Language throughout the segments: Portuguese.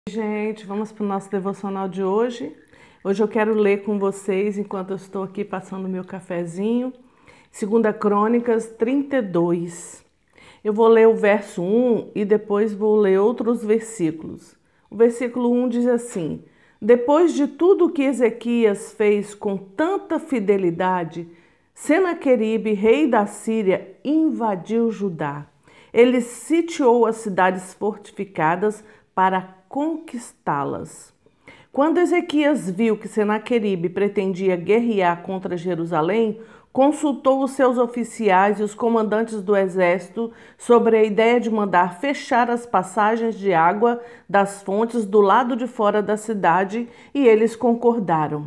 Gente, vamos para o nosso devocional de hoje. Hoje eu quero ler com vocês, enquanto eu estou aqui passando meu cafezinho, 2 Crônicas 32. Eu vou ler o verso 1 e depois vou ler outros versículos. O versículo 1 diz assim: Depois de tudo que Ezequias fez com tanta fidelidade, Senaqueribe, rei da Síria, invadiu Judá. Ele sitiou as cidades fortificadas para conquistá-las. Quando Ezequias viu que Senaqueribe pretendia guerrear contra Jerusalém, consultou os seus oficiais e os comandantes do exército sobre a ideia de mandar fechar as passagens de água das fontes do lado de fora da cidade, e eles concordaram.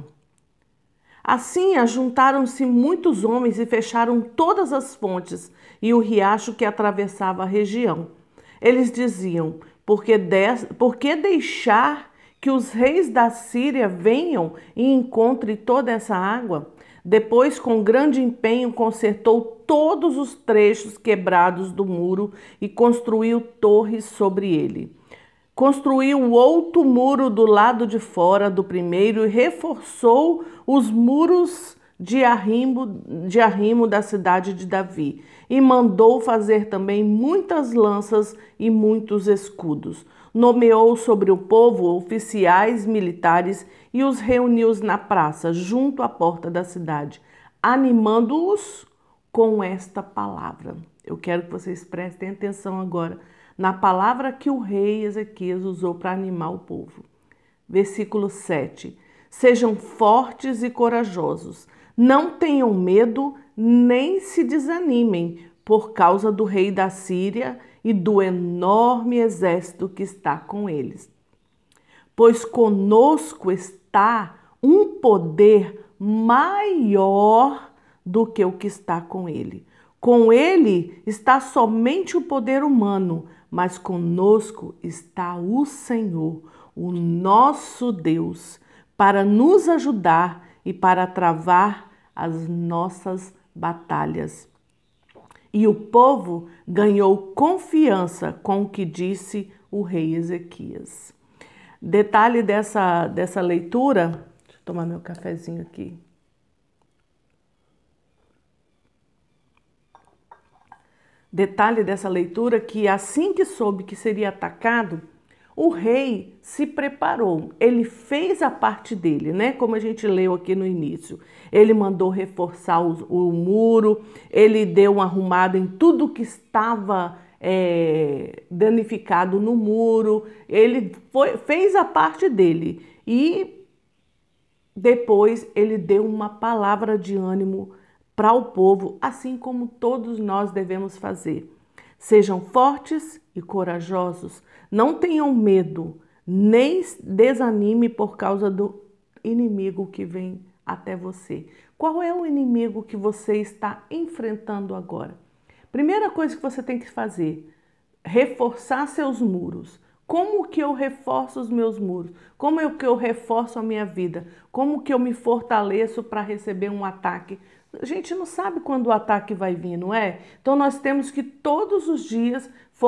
Assim, ajuntaram-se muitos homens e fecharam todas as fontes e o riacho que atravessava a região. Eles diziam: por que deixar que os reis da Síria venham e encontrem toda essa água? Depois, com grande empenho, consertou todos os trechos quebrados do muro e construiu torres sobre ele. Construiu outro muro do lado de fora do primeiro e reforçou os muros de arrimo da cidade de Davi. E mandou fazer também muitas lanças e muitos escudos. Nomeou sobre o povo oficiais militares e os reuniu na praça, junto à porta da cidade, animando-os com esta palavra. Eu quero que vocês prestem atenção agora na palavra que o rei Ezequias usou para animar o povo. Versículo 7. Sejam fortes e corajosos, não tenham medo nem se desanimem por causa do rei da Síria e do enorme exército que está com eles. Pois conosco está um poder maior do que o que está com ele. Com ele está somente o poder humano, mas conosco está o Senhor, o nosso Deus, para nos ajudar e para travar as nossas batalhas. E o povo ganhou confiança com o que disse o rei Ezequias. Detalhe dessa leitura, deixa eu tomar meu cafezinho aqui. Detalhe dessa leitura que assim que soube que seria atacado, o rei se preparou. Ele fez a parte dele, né? Como a gente leu aqui no início. Ele mandou reforçar o muro, ele deu uma arrumada em tudo que estava danificado no muro. Ele fez a parte dele e depois ele deu uma palavra de ânimo para o povo, assim como todos nós devemos fazer. Sejam fortes e corajosos, não tenham medo, nem desanime por causa do inimigo que vem até você. Qual é o inimigo que você está enfrentando agora? Primeira coisa que você tem que fazer, reforçar seus muros. Como que eu reforço os meus muros? Como é que eu reforço a minha vida? Como que eu me fortaleço para receber um ataque? A gente não sabe quando o ataque vai vir, não é? Então nós temos que todos os dias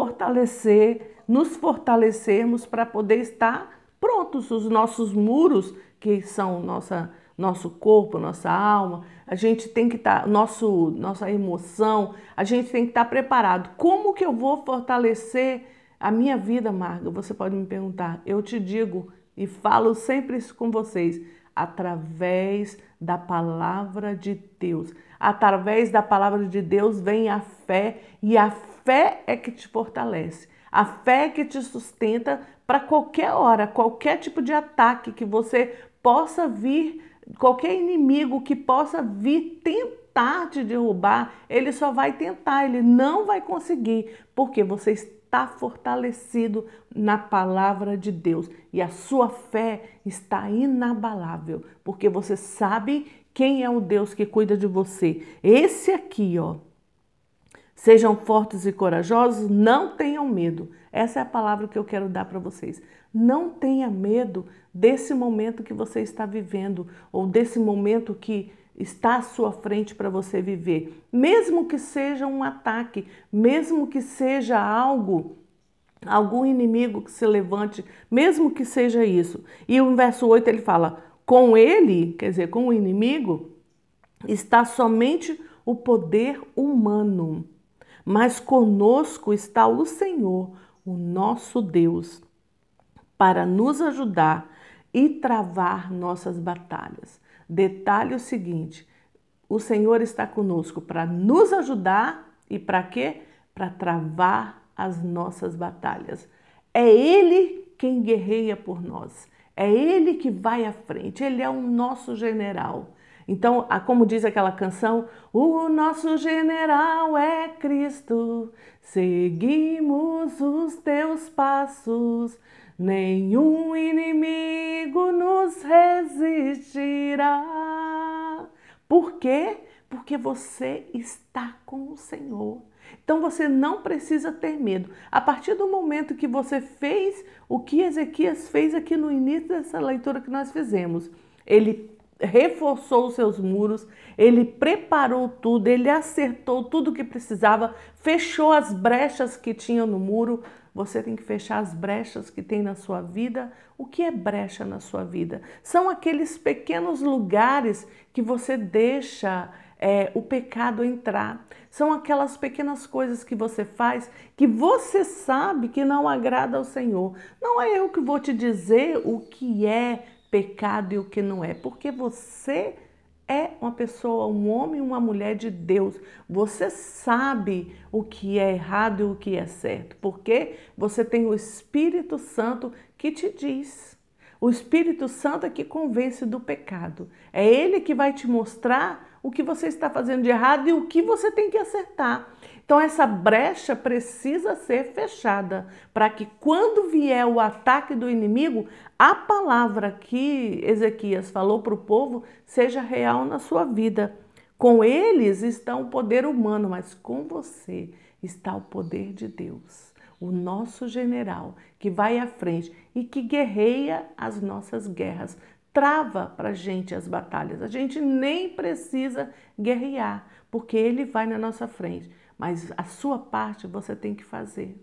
nos fortalecermos para poder estar prontos. Os nossos muros, que são nosso corpo, nossa alma, a gente tem que estar, nossa emoção, a gente tem que estar preparado. Como que eu vou fortalecer a minha vida, Marga? Você pode me perguntar. Eu te digo e falo sempre isso com vocês, através da palavra de Deus. Através da palavra de Deus vem a fé, e a fé é que te fortalece. A fé é que te sustenta para qualquer hora, qualquer tipo de ataque que você possa vir, qualquer inimigo que possa vir tentar te derrubar, ele só vai tentar, ele não vai conseguir, porque você está fortalecido na palavra de Deus e a sua fé está inabalável, porque você sabe quem é o Deus que cuida de você. Esse aqui, ó. Sejam fortes e corajosos, não tenham medo. Essa é a palavra que eu quero dar para vocês. Não tenha medo desse momento que você está vivendo ou desse momento que está à sua frente para você viver. Mesmo que seja um ataque, mesmo que seja algo algum inimigo que se levante, mesmo que seja isso. E o verso 8 ele fala, com ele, quer dizer, com o inimigo, está somente o poder humano, mas conosco está o Senhor, o nosso Deus, para nos ajudar e travar nossas batalhas. Detalhe o seguinte, o Senhor está conosco para nos ajudar e para quê? Para travar as nossas batalhas. É Ele quem guerreia por nós. É Ele que vai à frente. Ele é o nosso general. Então, como diz aquela canção, o nosso general é Cristo, seguimos os teus passos, nenhum inimigo nos resistirá. Por quê? Porque você está com o Senhor. Então você não precisa ter medo. A partir do momento que você fez o que Ezequias fez aqui no início dessa leitura que nós fizemos, ele reforçou os seus muros, ele preparou tudo, ele acertou tudo o que precisava, fechou as brechas que tinha no muro. Você tem que fechar as brechas que tem na sua vida. O que é brecha na sua vida? São aqueles pequenos lugares que você deixa o pecado entrar. São aquelas pequenas coisas que você faz que você sabe que não agrada ao Senhor. Não é eu que vou te dizer o que é pecado e o que não é, porque você é uma pessoa, um homem e uma mulher de Deus. Você sabe o que é errado e o que é certo, porque você tem o Espírito Santo que te diz. O Espírito Santo é que convence do pecado. É Ele que vai te mostrar o que você está fazendo de errado e o que você tem que acertar. Então essa brecha precisa ser fechada para que quando vier o ataque do inimigo, a palavra que Ezequias falou para o povo seja real na sua vida. Com eles está o poder humano, mas com você está o poder de Deus, o nosso general que vai à frente e que guerreia as nossas guerras, trava para a gente as batalhas. A gente nem precisa guerrear, porque ele vai na nossa frente. Mas a sua parte você tem que fazer.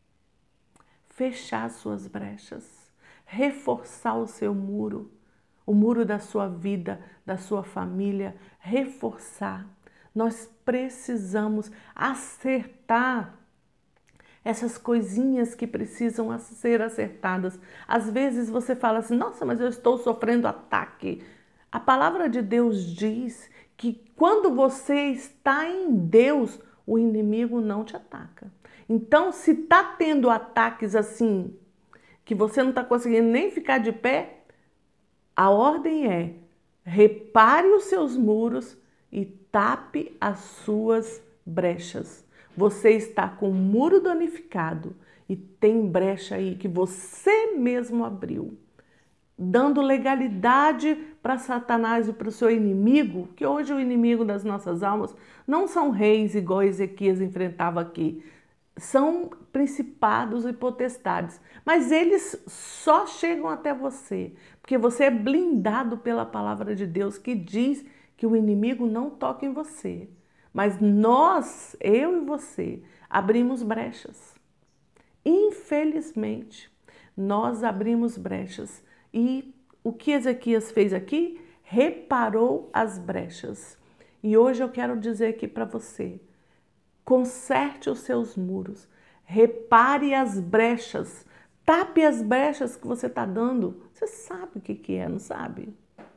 Fechar suas brechas, reforçar o seu muro, o muro da sua vida, da sua família, reforçar. Nós precisamos acertar essas coisinhas que precisam ser acertadas. Às vezes você fala assim, nossa, mas eu estou sofrendo ataque. A palavra de Deus diz que quando você está em Deus, o inimigo não te ataca. Então, se está tendo ataques assim, que você não está conseguindo nem ficar de pé, a ordem é, repare os seus muros e tape as suas brechas. Você está com o muro danificado e tem brecha aí que você mesmo abriu, dando legalidade para Satanás e para o seu inimigo, que hoje o inimigo das nossas almas não são reis igual Ezequias enfrentava aqui, são principados e potestades, mas eles só chegam até você, porque você é blindado pela palavra de Deus que diz que o inimigo não toca em você. Mas nós, eu e você, abrimos brechas. Infelizmente, nós abrimos brechas. E o que Ezequias fez aqui? Reparou as brechas. E hoje eu quero dizer aqui para você, conserte os seus muros, repare as brechas, tape as brechas que você está dando. Você sabe o que é, não sabe?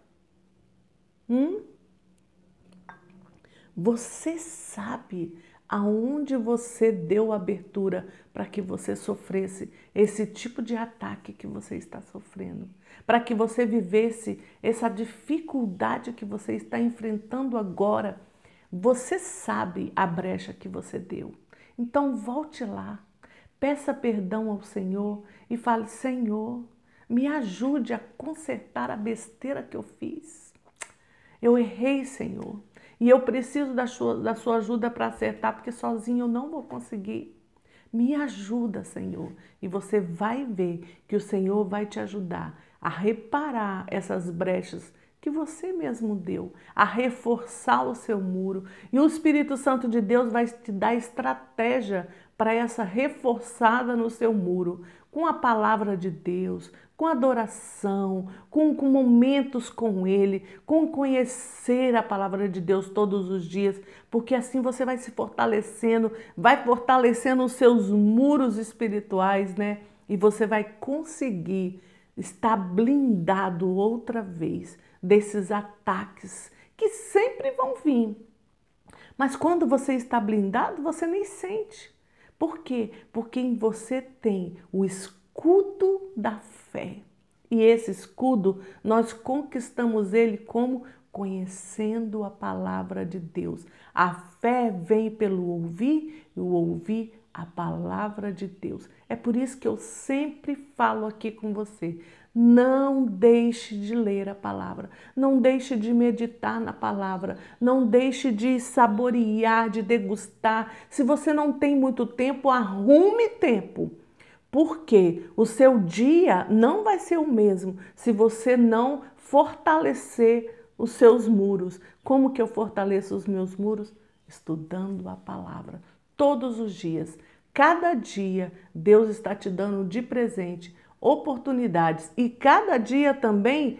Você sabe aonde você deu abertura para que você sofresse esse tipo de ataque que você está sofrendo, para que você vivesse essa dificuldade que você está enfrentando agora. Você sabe a brecha que você deu. Então volte lá, peça perdão ao Senhor e fale, Senhor, me ajude a consertar a besteira que eu fiz. Eu errei, Senhor, e eu preciso da sua ajuda para acertar, porque sozinho eu não vou conseguir. Me ajuda, Senhor, e você vai ver que o Senhor vai te ajudar a reparar essas brechas que você mesmo deu, a reforçar o seu muro. E o Espírito Santo de Deus vai te dar estratégia para essa reforçada no seu muro, com a palavra de Deus, com adoração, com momentos com Ele, com conhecer a palavra de Deus todos os dias, porque assim você vai se fortalecendo, vai fortalecendo os seus muros espirituais, né? E você vai conseguir estar blindado outra vez desses ataques que sempre vão vir. Mas quando você está blindado, você nem sente. Por quê? Porque em você tem o escudo da fé. E esse escudo, nós conquistamos ele como? Conhecendo a palavra de Deus. A fé vem pelo ouvir e o ouvir a palavra de Deus. É por isso que eu sempre falo aqui com você. Não deixe de ler a palavra, não deixe de meditar na palavra, não deixe de saborear, de degustar. Se você não tem muito tempo, arrume tempo, porque o seu dia não vai ser o mesmo se você não fortalecer os seus muros. Como que eu fortaleço os meus muros? Estudando a palavra todos os dias. Cada dia Deus está te dando de presente oportunidades e cada dia também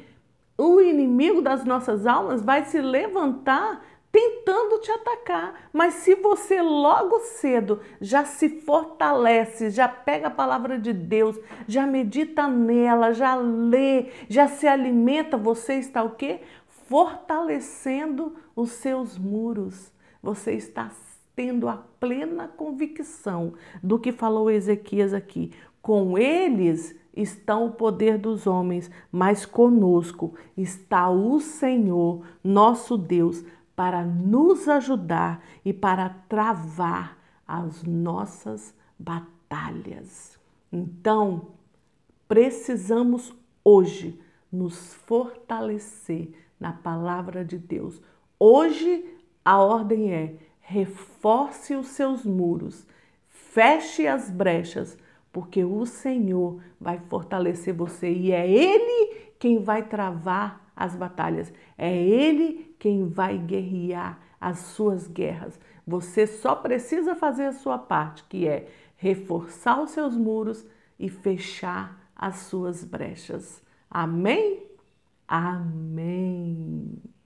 o inimigo das nossas almas vai se levantar tentando te atacar. Mas se você logo cedo já se fortalece, já pega a palavra de Deus, já medita nela, já lê, já se alimenta, você está o quê? Fortalecendo os seus muros. Você está tendo a plena convicção do que falou Ezequias aqui. Com eles está o poder dos homens, mas conosco está o Senhor, nosso Deus, para nos ajudar e para travar as nossas batalhas. Então, precisamos hoje nos fortalecer na palavra de Deus. Hoje a ordem é: reforce os seus muros, feche as brechas, porque o Senhor vai fortalecer você e é Ele quem vai travar as batalhas, é Ele quem vai guerrear as suas guerras. Você só precisa fazer a sua parte, que é reforçar os seus muros e fechar as suas brechas. Amém? Amém.